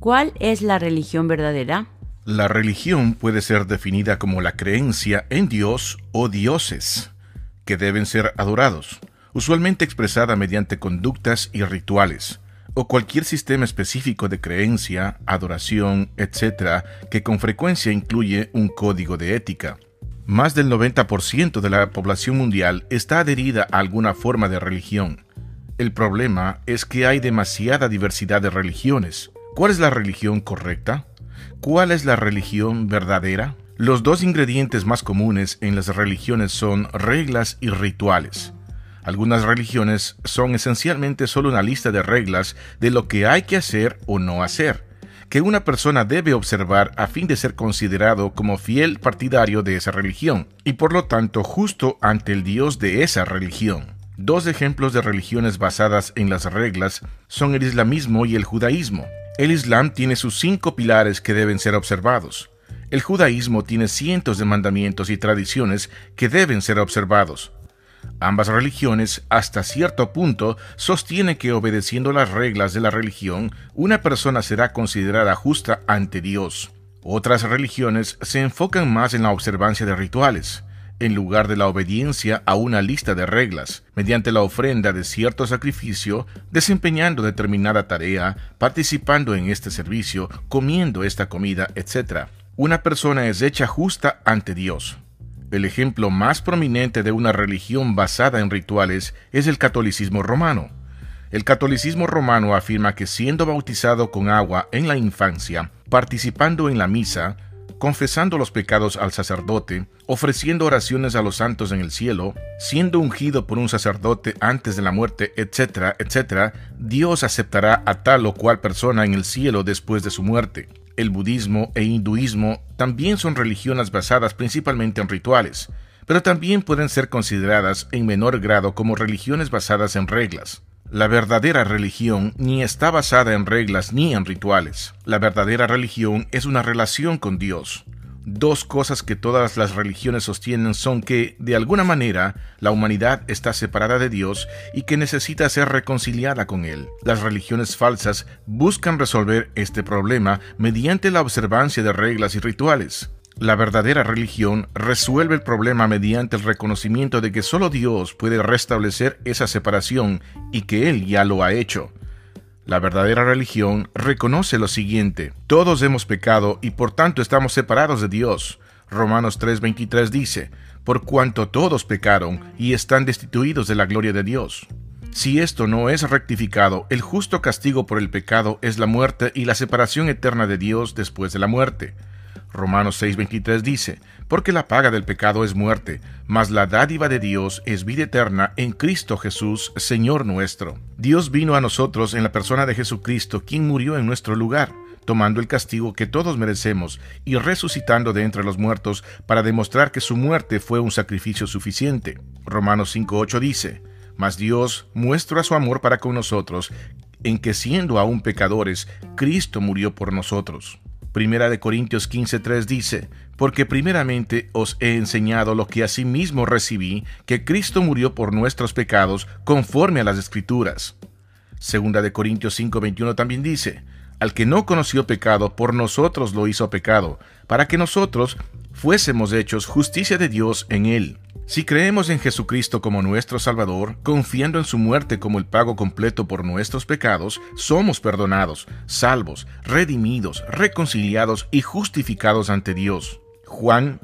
¿Cuál es la religión verdadera? La religión puede ser definida como la creencia en Dios o dioses, que deben ser adorados, usualmente expresada mediante conductas y rituales, o cualquier sistema específico de creencia, adoración, etc., que con frecuencia incluye un código de ética. Más del 90% de la población mundial está adherida a alguna forma de religión. El problema es que hay demasiada diversidad de religiones. ¿Cuál es la religión correcta? ¿Cuál es la religión verdadera? Los dos ingredientes más comunes en las religiones son reglas y rituales. Algunas religiones son esencialmente solo una lista de reglas de lo que hay que hacer o no hacer, que una persona debe observar a fin de ser considerado como fiel partidario de esa religión, y por lo tanto justo ante el Dios de esa religión. Dos ejemplos de religiones basadas en las reglas son el islamismo y el judaísmo. El Islam tiene sus 5 pilares que deben ser observados. El judaísmo tiene cientos de mandamientos y tradiciones que deben ser observados. Ambas religiones, hasta cierto punto, sostienen que obedeciendo las reglas de la religión, una persona será considerada justa ante Dios. Otras religiones se enfocan más en la observancia de rituales, en lugar de la obediencia a una lista de reglas, mediante la ofrenda de cierto sacrificio, desempeñando determinada tarea, participando en este servicio, comiendo esta comida, etc. Una persona es hecha justa ante Dios. El ejemplo más prominente de una religión basada en rituales es el catolicismo romano. El catolicismo romano afirma que siendo bautizado con agua en la infancia, participando en la misa, confesando los pecados al sacerdote, ofreciendo oraciones a los santos en el cielo, siendo ungido por un sacerdote antes de la muerte, etc., etc., Dios aceptará a tal o cual persona en el cielo después de su muerte. El budismo e hinduismo también son religiones basadas principalmente en rituales, pero también pueden ser consideradas en menor grado como religiones basadas en reglas. La verdadera religión ni está basada en reglas ni en rituales. La verdadera religión es una relación con Dios. Dos cosas que todas las religiones sostienen son que, de alguna manera, la humanidad está separada de Dios y que necesita ser reconciliada con Él. Las religiones falsas buscan resolver este problema mediante la observancia de reglas y rituales. La verdadera religión resuelve el problema mediante el reconocimiento de que solo Dios puede restablecer esa separación y que Él ya lo ha hecho. La verdadera religión reconoce lo siguiente: todos hemos pecado y por tanto estamos separados de Dios. Romanos 3:23 dice: por cuanto todos pecaron y están destituidos de la gloria de Dios. Si esto no es rectificado, el justo castigo por el pecado es la muerte y la separación eterna de Dios después de la muerte. Romanos 6:23 dice: porque la paga del pecado es muerte, mas la dádiva de Dios es vida eterna en Cristo Jesús, Señor nuestro. Dios vino a nosotros en la persona de Jesucristo, quien murió en nuestro lugar, tomando el castigo que todos merecemos y resucitando de entre los muertos para demostrar que su muerte fue un sacrificio suficiente. Romanos 5:8 dice: mas Dios muestra su amor para con nosotros, en que siendo aún pecadores, Cristo murió por nosotros. Primera de Corintios 15:3 dice: porque primeramente os he enseñado lo que asimismo recibí, que Cristo murió por nuestros pecados, conforme a las Escrituras. Segunda de Corintios 5:21 también dice: al que no conoció pecado, por nosotros lo hizo pecado, para que nosotros fuésemos hechos justicia de Dios en él. Si creemos en Jesucristo como nuestro Salvador, confiando en su muerte como el pago completo por nuestros pecados, somos perdonados, salvos, redimidos, reconciliados y justificados ante Dios. Juan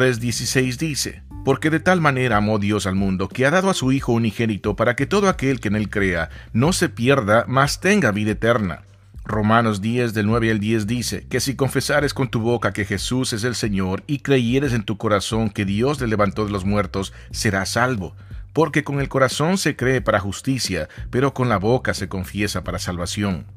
3:16 dice: porque de tal manera amó Dios al mundo, que ha dado a su Hijo unigénito, para que todo aquel que en él crea no se pierda, mas tenga vida eterna. Romanos 10, del 9 al 10 dice: que si confesares con tu boca que Jesús es el Señor, y creyeres en tu corazón que Dios le levantó de los muertos, serás salvo. Porque con el corazón se cree para justicia, pero con la boca se confiesa para salvación.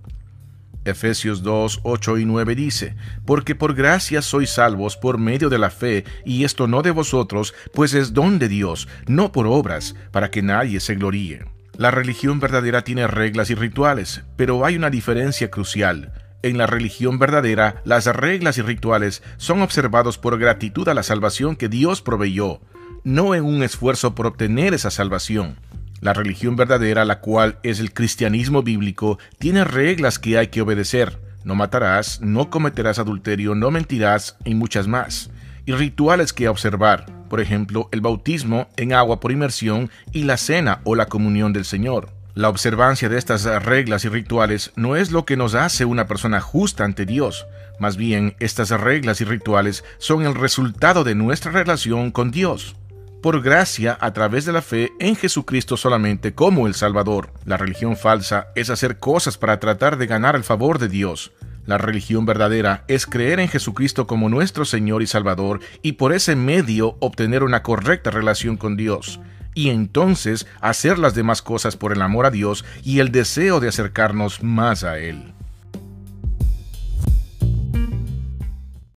Efesios 2, 8 y 9 dice: porque por gracia sois salvos por medio de la fe, y esto no de vosotros, pues es don de Dios, no por obras, para que nadie se gloríe. La religión verdadera tiene reglas y rituales, pero hay una diferencia crucial. En la religión verdadera, las reglas y rituales son observados por gratitud a la salvación que Dios proveyó, no en un esfuerzo por obtener esa salvación. La religión verdadera, la cual es el cristianismo bíblico, tiene reglas que hay que obedecer, no matarás, no cometerás adulterio, no mentirás y muchas más. Y rituales que observar, por ejemplo, el bautismo en agua por inmersión y la cena o la comunión del Señor. La observancia de estas reglas y rituales no es lo que nos hace una persona justa ante Dios. Más bien, estas reglas y rituales son el resultado de nuestra relación con Dios. Por gracia, a través de la fe en Jesucristo solamente como el Salvador. La religión falsa es hacer cosas para tratar de ganar el favor de Dios. La religión verdadera es creer en Jesucristo como nuestro Señor y Salvador y por ese medio obtener una correcta relación con Dios. Y entonces hacer las demás cosas por el amor a Dios y el deseo de acercarnos más a Él.